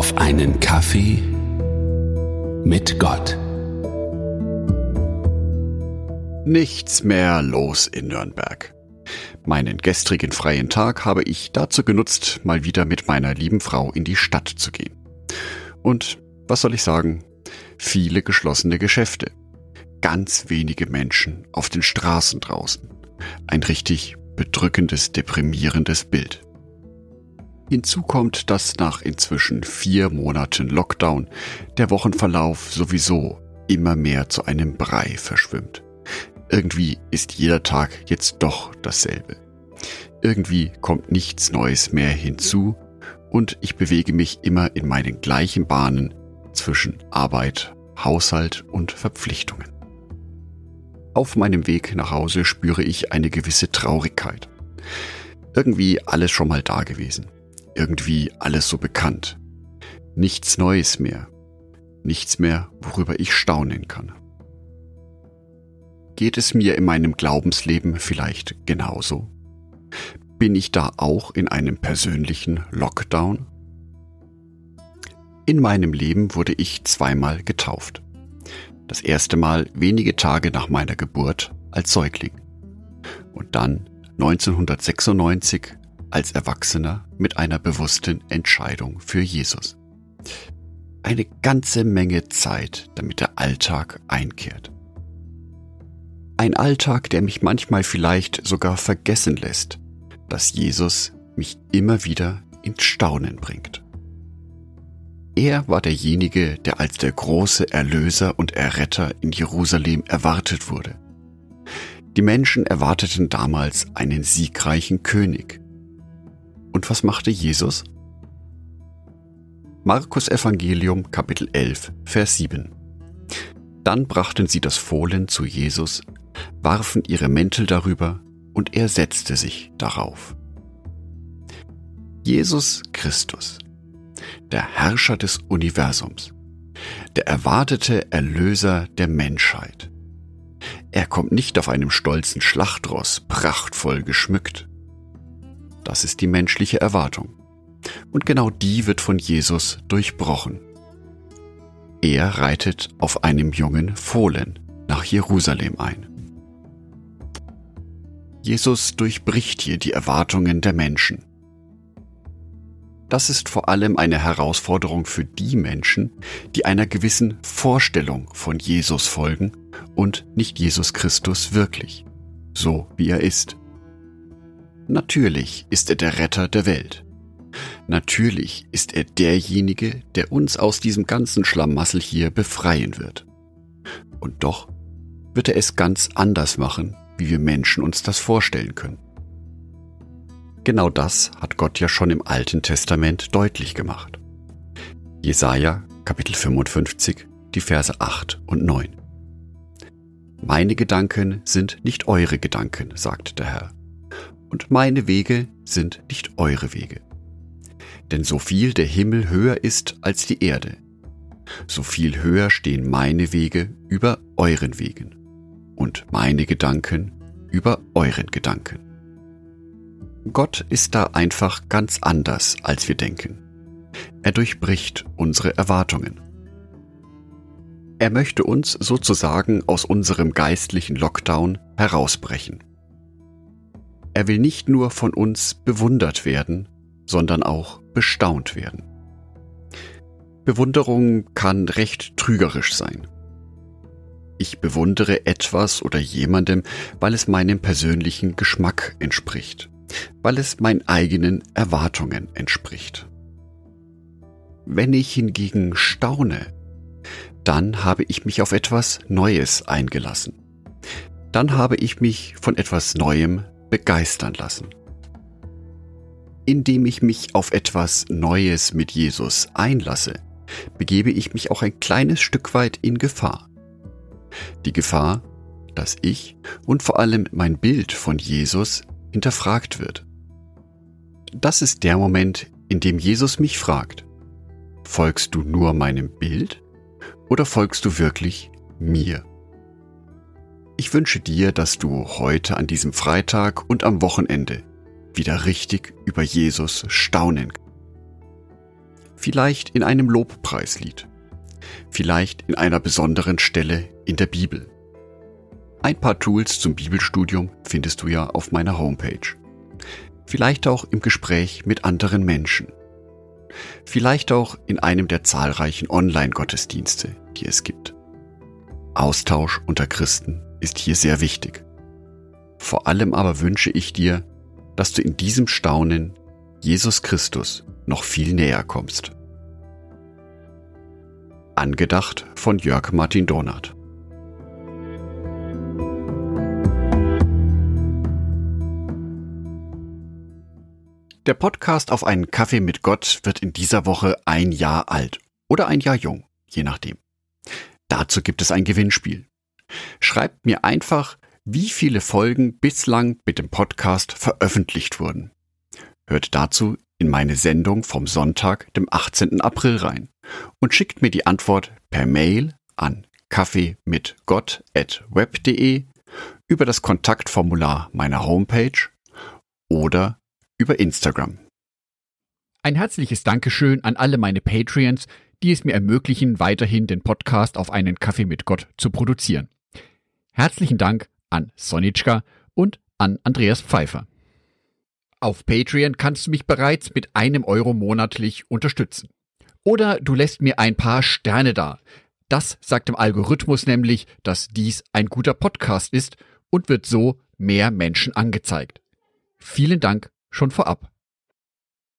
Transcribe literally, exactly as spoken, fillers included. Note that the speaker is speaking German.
Auf einen Kaffee mit Gott. Nichts mehr los in Nürnberg. Meinen gestrigen freien Tag habe ich dazu genutzt, mal wieder mit meiner lieben Frau in die Stadt zu gehen. Und was soll ich sagen? Viele geschlossene Geschäfte. Ganz wenige Menschen auf den Straßen draußen. Ein richtig bedrückendes, deprimierendes Bild. Hinzu kommt, dass nach inzwischen vier Monaten Lockdown der Wochenverlauf sowieso immer mehr zu einem Brei verschwimmt. Irgendwie ist jeder Tag jetzt doch dasselbe. Irgendwie kommt nichts Neues mehr hinzu und ich bewege mich immer in meinen gleichen Bahnen zwischen Arbeit, Haushalt und Verpflichtungen. Auf meinem Weg nach Hause spüre ich eine gewisse Traurigkeit. Irgendwie alles schon mal da gewesen. Irgendwie alles so bekannt. Nichts Neues mehr. Nichts mehr, worüber ich staunen kann. Geht es mir in meinem Glaubensleben vielleicht genauso? Bin ich da auch in einem persönlichen Lockdown? In meinem Leben wurde ich zweimal getauft. Das erste Mal wenige Tage nach meiner Geburt als Säugling. Und dann neunzehnhundertsechsundneunzig als Erwachsener mit einer bewussten Entscheidung für Jesus. Eine ganze Menge Zeit, damit der Alltag einkehrt. Ein Alltag, der mich manchmal vielleicht sogar vergessen lässt, dass Jesus mich immer wieder ins Staunen bringt. Er war derjenige, der als der große Erlöser und Erretter in Jerusalem erwartet wurde. Die Menschen erwarteten damals einen siegreichen König. Und was machte Jesus? Markus Evangelium Kapitel elf, Vers sieben. Dann brachten sie das Fohlen zu Jesus, warfen ihre Mäntel darüber und er setzte sich darauf. Jesus Christus, der Herrscher des Universums, der erwartete Erlöser der Menschheit. Er kommt nicht auf einem stolzen Schlachtross, prachtvoll geschmückt. Das ist die menschliche Erwartung. Und genau die wird von Jesus durchbrochen. Er reitet auf einem jungen Fohlen nach Jerusalem ein. Jesus durchbricht hier die Erwartungen der Menschen. Das ist vor allem eine Herausforderung für die Menschen, die einer gewissen Vorstellung von Jesus folgen und nicht Jesus Christus wirklich, so wie er ist. Natürlich ist er der Retter der Welt. Natürlich ist er derjenige, der uns aus diesem ganzen Schlamassel hier befreien wird. Und doch wird er es ganz anders machen, wie wir Menschen uns das vorstellen können. Genau das hat Gott ja schon im Alten Testament deutlich gemacht. Jesaja, Kapitel fünfundfünfzig, die Verse acht und neun. Meine Gedanken sind nicht eure Gedanken, sagt der Herr. Und meine Wege sind nicht eure Wege. Denn so viel der Himmel höher ist als die Erde, so viel höher stehen meine Wege über euren Wegen und meine Gedanken über euren Gedanken. Gott ist da einfach ganz anders, als wir denken. Er durchbricht unsere Erwartungen. Er möchte uns sozusagen aus unserem geistlichen Lockdown herausbrechen. Er will nicht nur von uns bewundert werden, sondern auch bestaunt werden. Bewunderung kann recht trügerisch sein. Ich bewundere etwas oder jemandem, weil es meinem persönlichen Geschmack entspricht, weil es meinen eigenen Erwartungen entspricht. Wenn ich hingegen staune, dann habe ich mich auf etwas Neues eingelassen. Dann habe ich mich von etwas Neuem begeistern lassen. Indem ich mich auf etwas Neues mit Jesus einlasse, begebe ich mich auch ein kleines Stück weit in Gefahr. Die Gefahr, dass ich und vor allem mein Bild von Jesus hinterfragt wird. Das ist der Moment, in dem Jesus mich fragt: Folgst du nur meinem Bild oder folgst du wirklich mir? Ich wünsche dir, dass du heute an diesem Freitag und am Wochenende wieder richtig über Jesus staunen kannst. Vielleicht in einem Lobpreislied. Vielleicht in einer besonderen Stelle in der Bibel. Ein paar Tools zum Bibelstudium findest du ja auf meiner Homepage. Vielleicht auch im Gespräch mit anderen Menschen. Vielleicht auch in einem der zahlreichen Online-Gottesdienste, die es gibt. Austausch unter Christen ist hier sehr wichtig. Vor allem aber wünsche ich dir, dass du in diesem Staunen Jesus Christus noch viel näher kommst. Angedacht von Jörg Martin Donath. Der Podcast Auf einen Kaffee mit Gott wird in dieser Woche ein Jahr alt oder ein Jahr jung, je nachdem. Dazu gibt es ein Gewinnspiel. Schreibt mir einfach, wie viele Folgen bislang mit dem Podcast veröffentlicht wurden. Hört dazu in meine Sendung vom Sonntag, dem achtzehnten April rein und schickt mir die Antwort per Mail an kaffeemitgott at web punkt de, über das Kontaktformular meiner Homepage oder über Instagram. Ein herzliches Dankeschön an alle meine Patreons, die es mir ermöglichen, weiterhin den Podcast Auf einen Kaffee mit Gott zu produzieren. Herzlichen Dank an Sonitschka und an Andreas Pfeiffer. Auf Patreon kannst du mich bereits mit einem Euro monatlich unterstützen. Oder du lässt mir ein paar Sterne da. Das sagt dem Algorithmus nämlich, dass dies ein guter Podcast ist und wird so mehr Menschen angezeigt. Vielen Dank schon vorab.